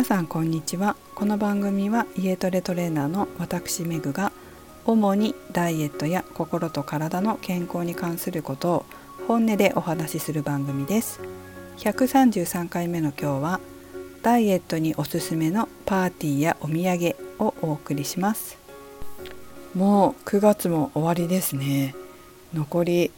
さんこんにちは。この番組は家トレトレーナーの私メグが主にダイエットや心と体の健康に関することを本音でお話しする番組です。133回目の今日はダイエットにおすすめのパーティーやお土産をお送りします。もう9月も終わりですね。残り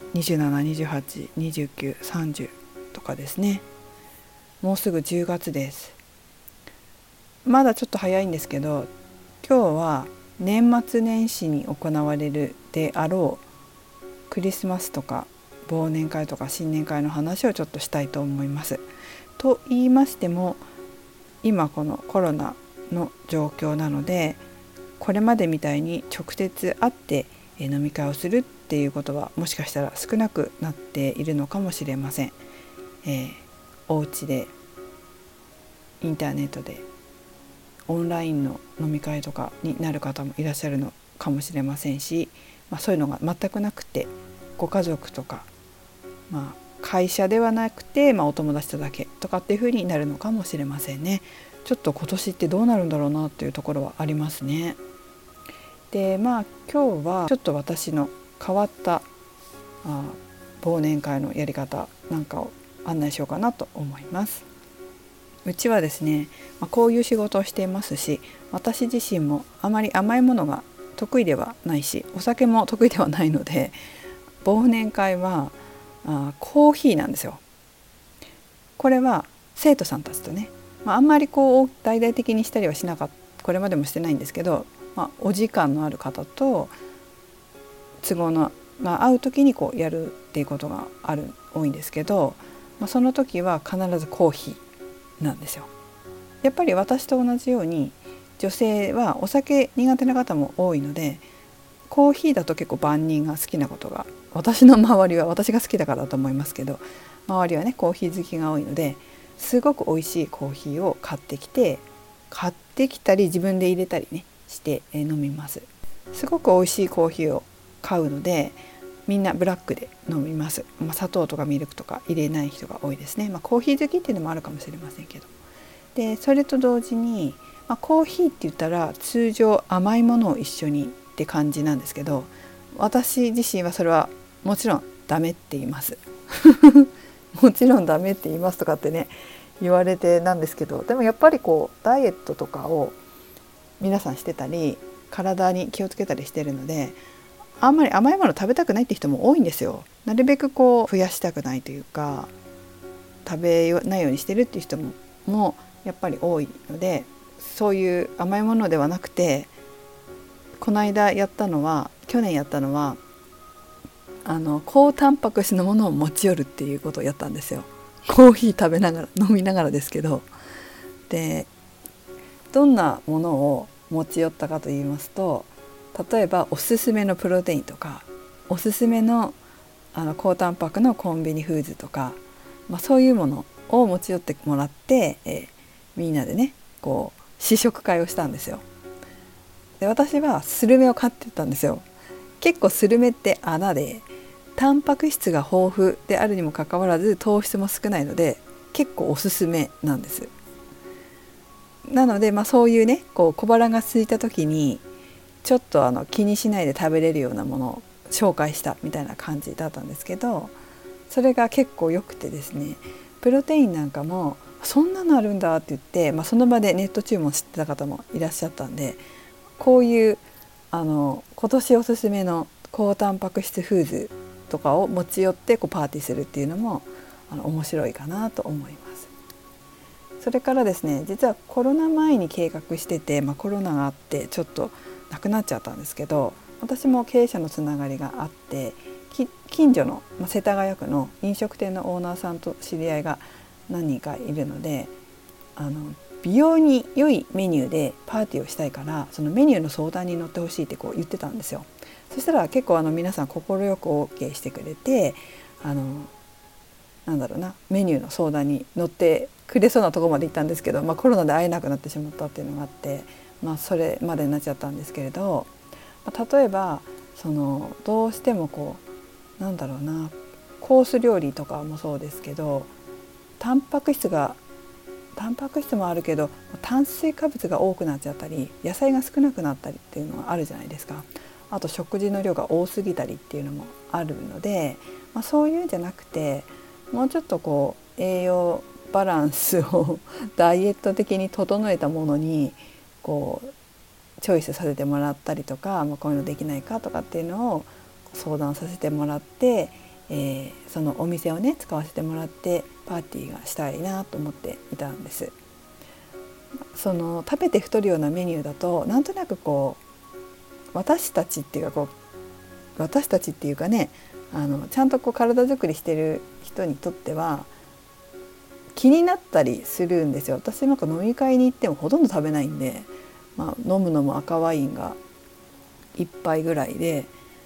27、28、29、30とかですね。もうすぐ10月です。まだちょっと早いんですけど、今日は年末年始に行われるであろうクリスマスとか忘年会とか新年会の話をちょっとしたいと思います。と言いましても、今このコロナの状況なので、これまでみたいに直接会って飲み会をするっていうことはもしかしたら少なくなっているのかもしれません。お家でインターネットでオンラインの飲み会とかになる方もいらっしゃるのかもしれませんし、そういうのが全くなくて、ご家族とか、会社ではなくて、お友達とだけとかっていう風になるのかもしれませんね。ちょっと今年ってどうなるんだろうなっていうところはありますね。で今日はちょっと私の変わった忘年会のやり方なんかを案内しようかなと思います。うちはですね、こういう仕事をしていますし、私自身もあまり甘いものが得意ではないし、お酒も得意ではないので、忘年会はコーヒーなんですよ。これは生徒さんたちとね、あんまり大々的にしたりはしなかった、これまでもしてないんですけど、お時間のある方と都合のが合う時にやるっていうことが多いんですけど、その時は必ずコーヒーなんですよ。やっぱり私と同じように女性はお酒苦手な方も多いので、コーヒーだと結構万人が好きなことが、私の周りは、私が好きだからだと思いますけど、周りはねコーヒー好きが多いので、すごく美味しいコーヒーを買ってきたり自分で入れたりねして飲みます。すごく美味しいコーヒーを買うので、みんなブラックで飲みます。砂糖とかミルクとか入れない人が多いですね。コーヒー好きっていうのもあるかもしれませんけど。でそれと同時に、コーヒーって言ったら通常甘いものを一緒にって感じなんですけど、私自身はそれはもちろんダメって言いますもちろんダメって言いますとかってね言われてなんですけど、でもやっぱりダイエットとかを皆さんしてたり体に気をつけたりしてるので、あんまり甘いもの食べたくないって人も多いんですよ。なるべく増やしたくないというか、食べないようにしてるっていう人もやっぱり多いので、そういう甘いものではなくて、去年やったのは高タンパク質のものを持ち寄るっていうことをやったんですよ。コーヒー食べながら飲みながらですけど、でどんなものを持ち寄ったかと言いますと、例えばおすすめのプロテインとか、おすすめの高タンパクのコンビニフーズとか、そういうものを持ち寄ってもらって、みんなでね試食会をしたんですよ。で私はスルメを買ってったんですよ。結構スルメって穴でタンパク質が豊富であるにもかかわらず糖質も少ないので、結構おすすめなんです。なので、そういうね小腹が空いた時にちょっと気にしないで食べれるようなものを紹介したみたいな感じだったんですけど、それが結構良くてですね、プロテインなんかもそんなのあるんだって言って、その場でネット注文してた方もいらっしゃったんで、こういう今年おすすめの高タンパク質フーズとかを持ち寄ってパーティーするっていうのも面白いかなと思います。それからですね、実はコロナ前に計画してて、コロナがあってちょっとなくなっちゃったんですけど、私も経営者のつながりがあって、近所の、世田谷区の飲食店のオーナーさんと知り合いが何人かいるので、美容に良いメニューでパーティーをしたいから、そのメニューの相談に乗ってほしいって言ってたんですよ。そしたら結構皆さん快く OK してくれて、メニューの相談に乗ってくれそうなところまで行ったんですけど、コロナで会えなくなってしまったっていうのがあって、それまでになっちゃったんですけれど、例えばどうしてもコース料理とかもそうですけど、タンパク質がタンパク質もあるけど炭水化物が多くなっちゃったり野菜が少なくなったりっていうのがあるじゃないですか。あと食事の量が多すぎたりっていうのもあるので、そういうんじゃなくてもうちょっとこう栄養バランスをダイエット的に整えたものにこうチョイスさせてもらったりとか、こういうのできないかとかっていうのを相談させてもらって、そのお店をね使わせてもらってパーティーがしたいなと思っていたんです。その食べて太るようなメニューだとなんとなくこう私たちっていうかね、ちゃんとこう体作りしてる人にとっては気になったりするんですよ。私なんか飲み会に行ってもほとんど食べないんで、飲むのも赤ワインが1杯ぐらいで、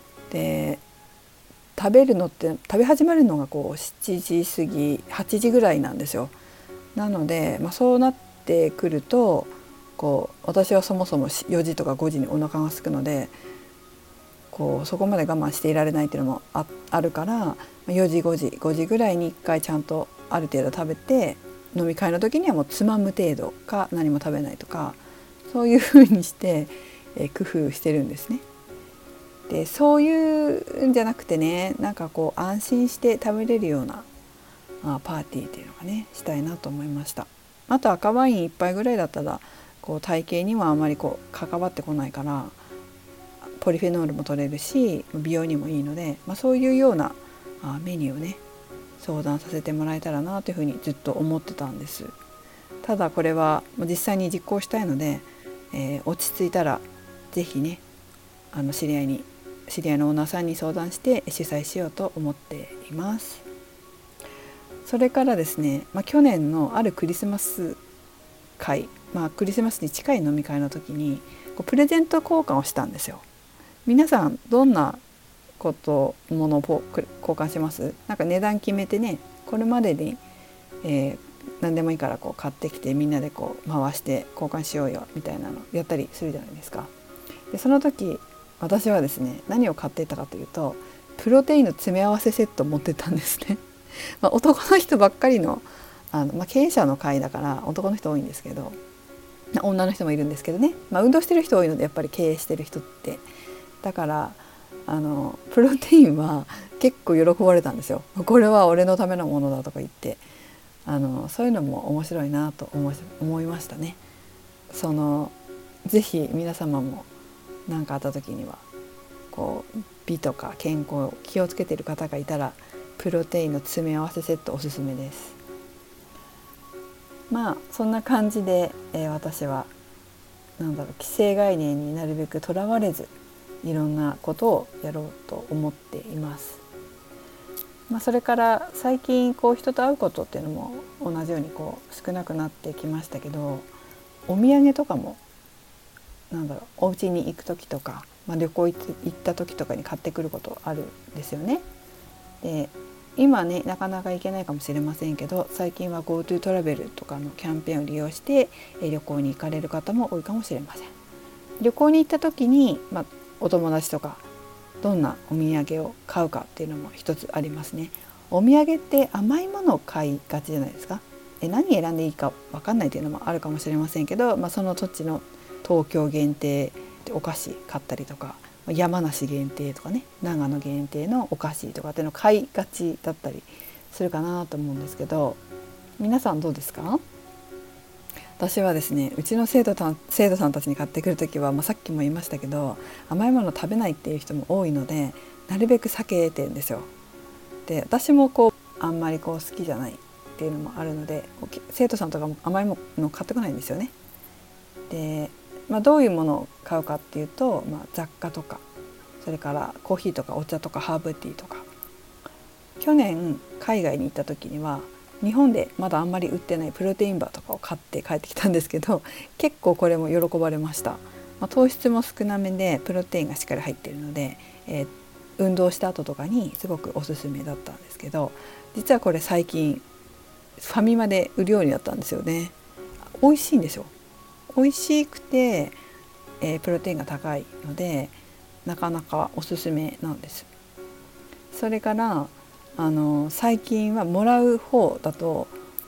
食べ始めるのがこう7時過ぎ8時ぐらいなんですよ。なので、そうなってくるとこう私はそもそも4時とか5時にお腹が空くのでこうそこまで我慢していられないっていうのもあるから4時5時ぐらいに1回ちゃんとある程度食べて、飲み会の時にはもうつまむ程度か何も食べないとかそういう風にして、工夫してるんですね。でそういうんじゃなくてね、なんかこう安心して食べれるようなパーティーっていうのがねしたいなと思いました。あと赤ワイン1杯ぐらいだったらこう体型にはあまりこう関わってこないからポリフェノールも取れるし美容にもいいので、そういうようなメニューをね相談させてもらえたらなというふうにずっと思ってたんです。ただこれは実際に実行したいので、落ち着いたらぜひね知り合いのオーナーさんに相談して主催しようと思っています。それからですね、去年のあるクリスマス会、クリスマスに近い飲み会の時にプレゼント交換をしたんですよ。皆さんどんなものを交換します？なんか値段決めてね、これまでに、何でもいいからこう買ってきてみんなでこう回して交換しようよみたいなのやったりするじゃないですか。でその時私はですね何を買っていたかというとプロテインの詰め合わせセットを持ってったんですね。男の人ばっかりの、経営者の会だから男の人多いんですけど女の人もいるんですけどね、運動してる人多いのでやっぱり経営してる人ってだからプロテインは結構喜ばれたんですよ。これは俺のためのものだとか言ってそういうのも面白いなと思いましたね。ぜひ皆様も何かあった時にはこう美とか健康を気をつけている方がいたらプロテインの詰め合わせセットおすすめです。そんな感じで、私は既成概念になるべくとらわれずいろんなことをやろうと思っています。それから最近人と会うことっていうのも同じように少なくなってきましたけど、お土産とかもお家に行く時とか、旅行行った時とかに買ってくることあるんですよね。で今ねなかなか行けないかもしれませんけど最近は GoTo トラベルとかのキャンペーンを利用して旅行に行かれる方も多いかもしれません。旅行に行った時に、お友達とかどんなお土産を買うかっていうのも一つありますね。お土産って甘いものを買いがちじゃないですか。何選んでいいか分かんないっていうのもあるかもしれませんけど、その土地の東京限定でお菓子買ったりとか山梨限定とかね長野限定のお菓子とかっていうのを買いがちだったりするかなと思うんですけど、皆さんどうですか？私はですねうちの生徒さんたちに買ってくる時は、さっきも言いましたけど甘いもの食べないっていう人も多いのでなるべく避けてるんですよ。で私もあんまり好きじゃないっていうのもあるので生徒さんとかも甘いもの買ってこないんですよね。で、どういうものを買うかっていうと、雑貨とかそれからコーヒーとかお茶とかハーブティーとか、去年海外に行った時には日本でまだあんまり売ってないプロテインバーとかを買って帰ってきたんですけど結構これも喜ばれました。糖質も少なめでプロテインがしっかり入っているので、運動した後とかにすごくおすすめだったんですけど、実はこれ最近ファミマで売るようになったんですよね。美味しいんですよ。美味しくて、プロテインが高いのでなかなかおすすめなんです。それから最近はもらう方だと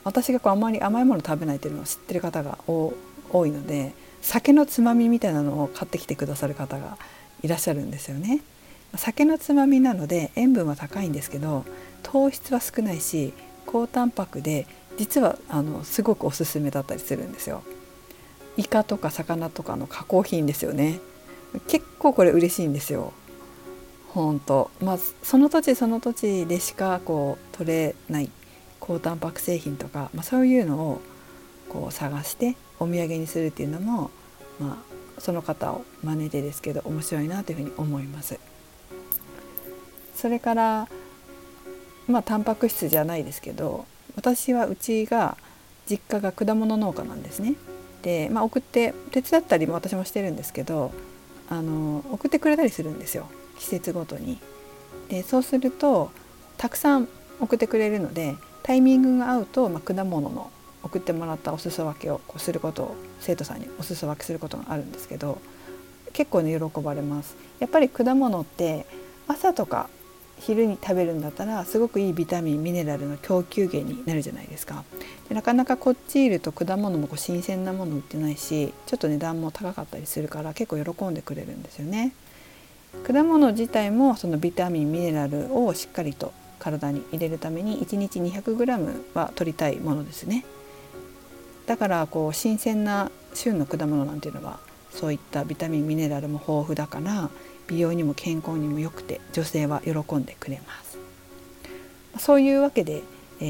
私があまり甘いもの食べないというのを知ってる方が多いので、酒のつまみみたいなのを買ってきてくださる方がいらっしゃるんですよね。酒のつまみなので塩分は高いんですけど、糖質は少ないし高タンパクで、実はすごくおすすめだったりするんですよ。イカとか魚とかの加工品ですよね。結構これ嬉しいんですよ。本当、その土地その土地でしか取れない高タンパク製品とか、そういうのを探してお土産にするっていうのも、その方を真似てですけど面白いなというふうに思います。それからタンパク質じゃないですけど、私はうちが実家が果物農家なんですね。で、送って手伝ったりも私もしてるんですけど、送ってくれたりするんですよ、季節ごとに。でそうするとたくさん送ってくれるので、タイミングが合うと、果物の送ってもらったお裾分けをすることを、生徒さんにお裾分けすることがあるんですけど、結構ね喜ばれます。やっぱり果物って朝とか昼に食べるんだったらすごくいいビタミンミネラルの供給源になるじゃないですか。でなかなかこっちいると果物も新鮮なもの売ってないし、ちょっと値段も高かったりするから結構喜んでくれるんですよね。果物自体もそのビタミンミネラルをしっかりと体に入れるために1日 200g は摂りたいものですね。だから新鮮な旬の果物なんていうのはそういったビタミンミネラルも豊富だから、美容にも健康にも良くて女性は喜んでくれます。そういうわけで、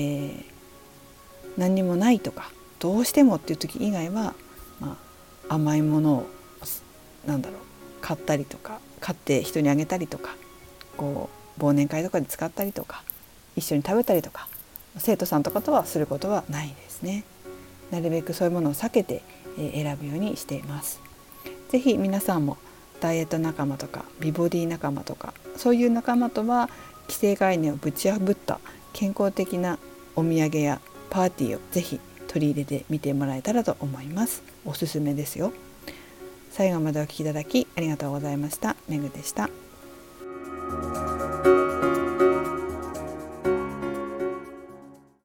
何にもないとかどうしてもっていう時以外は、甘いものを買ったりとか、買って人にあげたりとか、忘年会とかで使ったりとか、一緒に食べたりとか、生徒さんとかとはすることはないですね。なるべくそういうものを避けて選ぶようにしています。ぜひ皆さんもダイエット仲間とか美ボディ仲間とか、そういう仲間とは既成概念をぶち破った健康的なお土産やパーティーをぜひ取り入れてみてもらえたらと思います。おすすめですよ。最後までお聞きいただきありがとうございました。めぐでした。